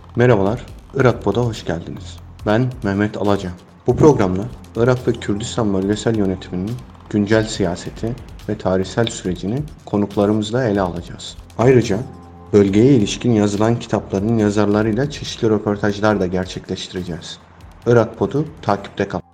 Merhabalar, Irak Pod'a hoş geldiniz. Ben Mehmet Alaca. Bu programda Irak ve Kürdistan bölgesel yönetiminin güncel siyaseti ve tarihsel sürecini konuklarımızla ele alacağız. Ayrıca bölgeye ilişkin yazılan kitapların yazarlarıyla çeşitli röportajlar da gerçekleştireceğiz. Irak Pod'u takipte kalın.